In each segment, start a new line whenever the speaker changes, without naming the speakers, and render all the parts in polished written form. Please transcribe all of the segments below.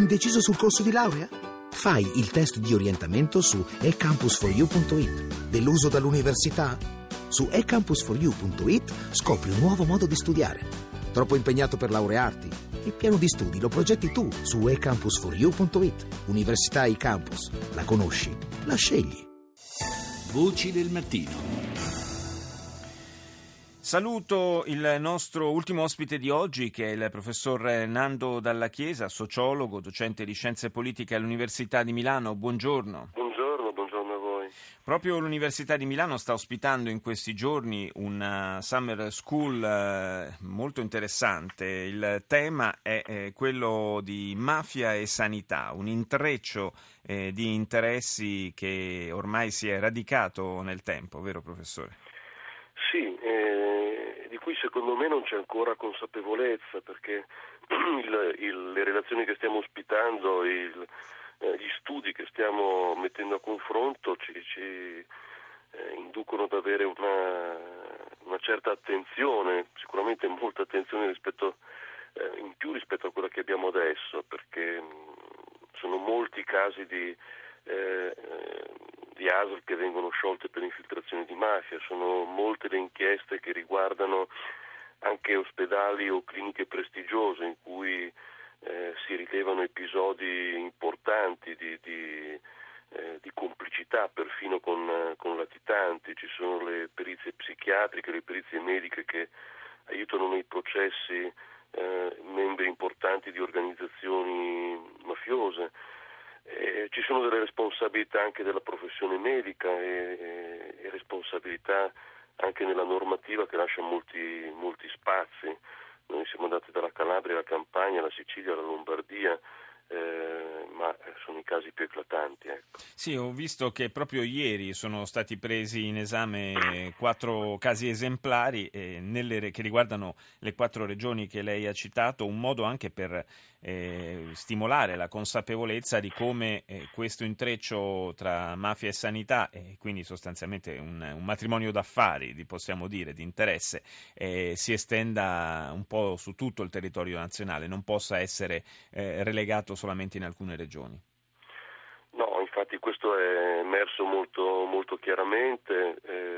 Indeciso sul corso di laurea? Fai il test di orientamento su ecampus4u.it. Deluso dall'università? Su ecampus4u.it scopri un nuovo modo di studiare. Troppo impegnato per laurearti? Il piano di studi lo progetti tu su ecampus4u.it. Università eCampus. La conosci? La scegli.
Voci del mattino.
Saluto il nostro ultimo ospite di oggi, che è il professor Nando Dalla Chiesa, sociologo, docente di scienze politiche all'Università di Milano. Buongiorno.
Buongiorno a voi.
Proprio l'Università di Milano sta ospitando in questi giorni una summer school molto interessante. Il tema è quello di mafia e sanità, un intreccio di interessi che ormai si è radicato nel tempo, vero professore?
Sì, di cui secondo me non c'è ancora consapevolezza, perché le relazioni che stiamo ospitando, gli studi che stiamo mettendo a confronto ci inducono ad avere una certa attenzione, sicuramente molta attenzione in più rispetto a quella che abbiamo adesso, perché sono molti casi di ASL che vengono sciolte per infiltrazioni di mafia, sono molte le inchieste che riguardano anche ospedali o cliniche prestigiose in cui si rilevano episodi importanti di complicità perfino con latitanti. Ci sono le perizie psichiatriche, le perizie mediche che aiutano nei processi membri importanti di organizzazioni mafiose. Ci sono delle responsabilità anche della professione medica e responsabilità anche nella normativa che lascia molti spazi. Noi siamo andati dalla Calabria alla Campania, alla Sicilia, alla Lombardia, ma sono i casi più eclatanti. Ecco.
Sì, ho visto che proprio ieri sono stati presi in esame 4 casi esemplari che riguardano le 4 regioni che lei ha citato, un modo anche per stimolare la consapevolezza di come questo intreccio tra mafia e sanità, e quindi sostanzialmente un matrimonio d'affari, possiamo dire, di interesse, si estenda un po' su tutto il territorio nazionale, non possa essere relegato solamente in alcune regioni.
No, infatti questo è emerso molto, molto chiaramente.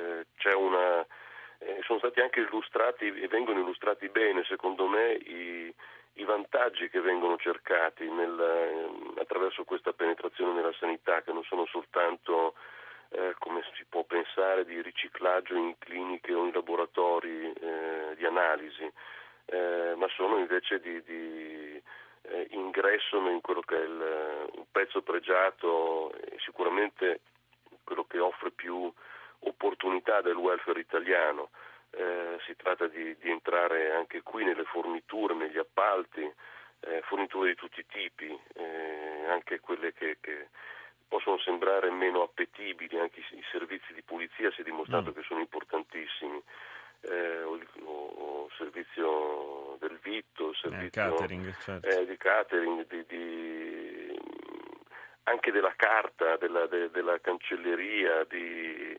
Sono stati anche illustrati e vengono illustrati bene, secondo me, i vantaggi che vengono cercati attraverso questa penetrazione nella sanità, che non sono soltanto come si può pensare di riciclaggio in cliniche o in laboratori di analisi, ma sono invece di ingresso in quello che è un pezzo pregiato e sicuramente quello che offre più opportunità del welfare italiano. Si tratta di entrare anche qui nelle forniture, negli appalti, forniture di tutti i tipi, anche quelle che possono sembrare meno appetibili, anche i servizi di pulizia si è dimostrato che sono importantissimi, o il servizio del vitto, il servizio
catering, certo.
Di catering, anche della carta, della cancelleria, di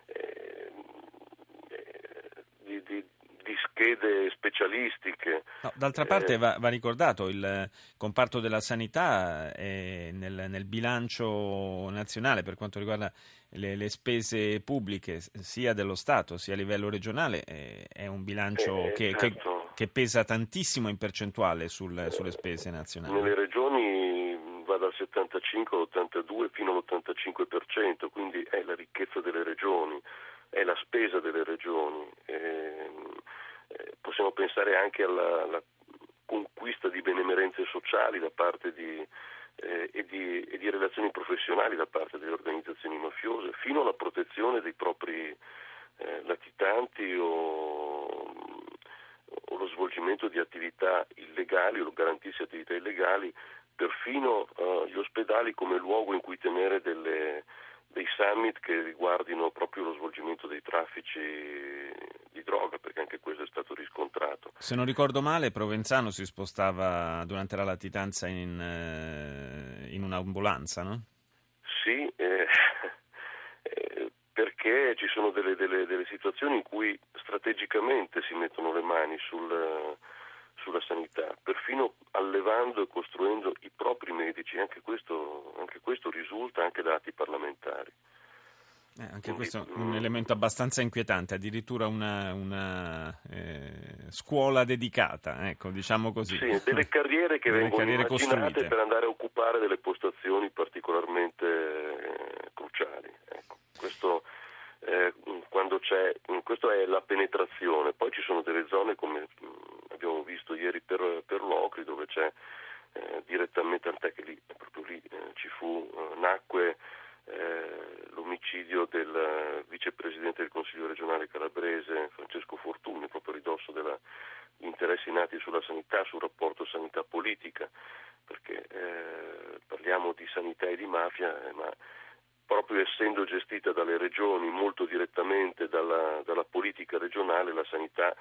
schede specialistiche.
No, d'altra parte va ricordato, il comparto della sanità è nel bilancio nazionale per quanto riguarda le spese pubbliche sia dello Stato sia a livello regionale, è un bilancio che pesa tantissimo in percentuale sulle spese nazionali.
Nelle regioni va dal 75 all'82 fino all'85%, quindi è la ricchezza delle regioni, è la spesa delle regioni. Possiamo pensare anche alla conquista di benemerenze sociali da parte e di relazioni professionali da parte delle organizzazioni mafiose, fino alla protezione dei propri latitanti o lo svolgimento di attività illegali o garantirsi attività illegali, perfino gli ospedali come luogo in cui tenere dei summit che riguardino proprio lo svolgimento dei traffici di droga, perché anche questo è stato riscontrato.
Se non ricordo male, Provenzano si spostava durante la latitanza in un'ambulanza, no?
Sì, perché ci sono delle situazioni in cui strategicamente si mettono le mani sulla sanità, perfino allevando e costruendo i propri anche questo risulta anche da atti parlamentari.
Anche questo è un elemento abbastanza inquietante, addirittura una scuola dedicata, ecco, diciamo così.
Sì, delle carriere che vengono immaginate
costruite
per andare a occupare delle postazioni particolarmente cruciali. Ecco, questo questo è la penetrazione. Poi ci sono delle zone, come abbiamo visto ieri per Locri, dove c'è direttamente, tant'è che proprio lì nacque l'omicidio del vicepresidente del Consiglio regionale calabrese Francesco Fortuni, proprio a ridosso degli interessi nati sulla sanità, sul rapporto sanità-politica, perché parliamo di sanità e di mafia, ma proprio essendo gestita dalle regioni molto direttamente dalla politica regionale, la sanità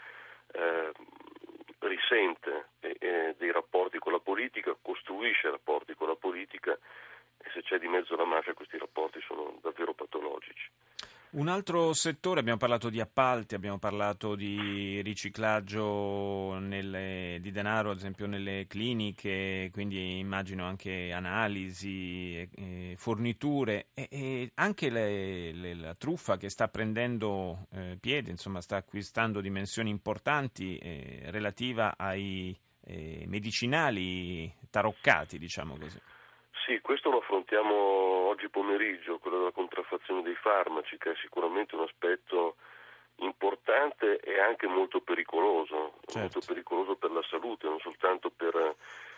risente dei rapporti con la politica, costruisce rapporti con la politica, e se c'è di mezzo la mafia questi rapporti sono davvero patologici.
Un altro settore, abbiamo parlato di appalti, abbiamo parlato di riciclaggio di denaro, ad esempio nelle cliniche, quindi immagino anche analisi, forniture e anche la truffa che sta prendendo piede, insomma sta acquistando dimensioni importanti relativa ai medicinali taroccati, diciamo così.
Sì, questo lo affrontiamo oggi pomeriggio, quello della contraffazione dei farmaci, che è sicuramente un aspetto importante e anche molto pericoloso,
certo.
Molto pericoloso per la salute, non soltanto per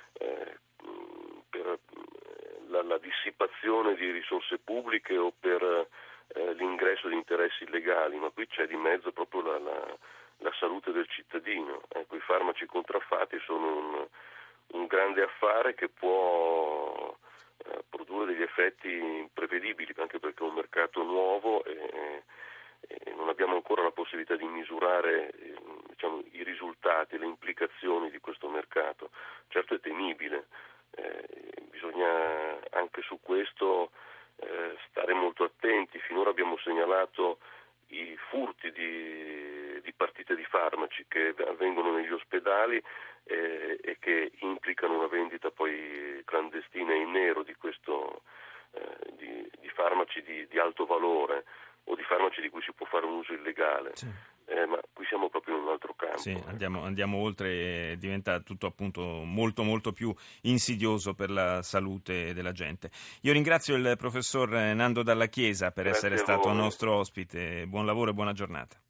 la dissipazione di risorse pubbliche o per l'ingresso di interessi illegali, ma qui c'è di mezzo proprio la salute del cittadino. Ecco, i farmaci contraffatti sono un grande affare che può produrre degli effetti imprevedibili, anche perché è un mercato nuovo e non abbiamo ancora la possibilità di misurare i risultati, le implicazioni di questo mercato. Certo è temibile, bisogna anche su questo stare molto attenti. Finora abbiamo segnalato i furti di partite di farmaci che avvengono negli ospedali e che implicano una vendita poi clandestina e in nero di farmaci di alto valore o di farmaci di cui si può fare un uso illegale. Sì. Ma qui siamo proprio in un altro campo.
Sì, andiamo oltre e diventa tutto appunto molto molto più insidioso per la salute della gente. Io ringrazio il professor Nando Dalla Chiesa per essere stato nostro ospite. Buon lavoro e buona giornata.